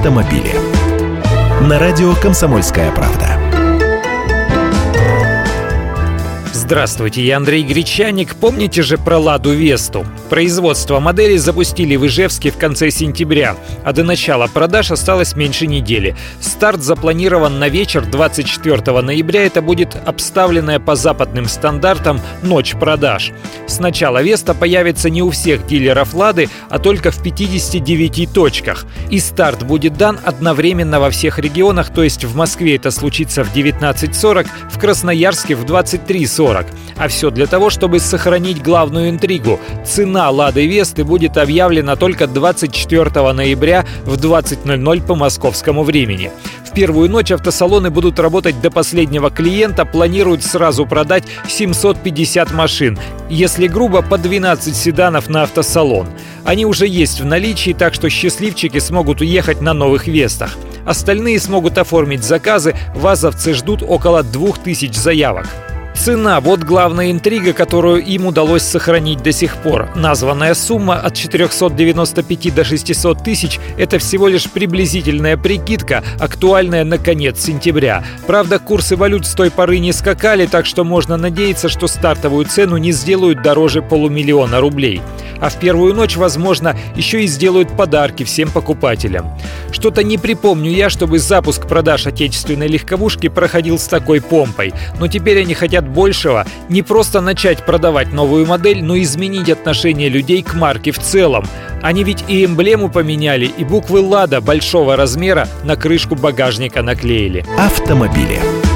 автомобили. На радио «Комсомольская правда». Здравствуйте, я Андрей Гречаник. Помните же про «Ладу Весту»? Производство модели запустили в Ижевске в конце сентября, а до начала продаж осталось меньше недели. Старт запланирован на вечер 24 ноября. Это будет обставленная по западным стандартам ночь продаж. Сначала «Веста» появится не у всех дилеров «Лады», а только в 59 точках. И старт будет дан одновременно во всех регионах, то есть в Москве это случится в 19:40, в Красноярске в 23:40. А все для того, чтобы сохранить главную интригу. Цена «Лады Весты» будет объявлена только 24 ноября в 20:00 по московскому времени. В первую ночь автосалоны будут работать до последнего клиента, планируют сразу продать 750 машин. Если грубо, по 12 седанов на автосалон. Они уже есть в наличии, так что счастливчики смогут уехать на новых «Вестах». Остальные смогут оформить заказы, вазовцы ждут около 2000 заявок. Цена – вот главная интрига, которую им удалось сохранить до сих пор. Названная сумма от 495 до 600 тысяч – это всего лишь приблизительная прикидка, актуальная на конец сентября. Правда, курсы валют с той поры не скакали, так что можно надеяться, что стартовую цену не сделают дороже 500 000 рублей. А в первую ночь, возможно, еще и сделают подарки всем покупателям. Что-то не припомню я, чтобы запуск продаж отечественной легковушки проходил с такой помпой. Но теперь они хотят большего. Не просто начать продавать новую модель, но изменить отношение людей к марке в целом. Они ведь и эмблему поменяли, и буквы «Лада» большого размера на крышку багажника наклеили. Автомобили.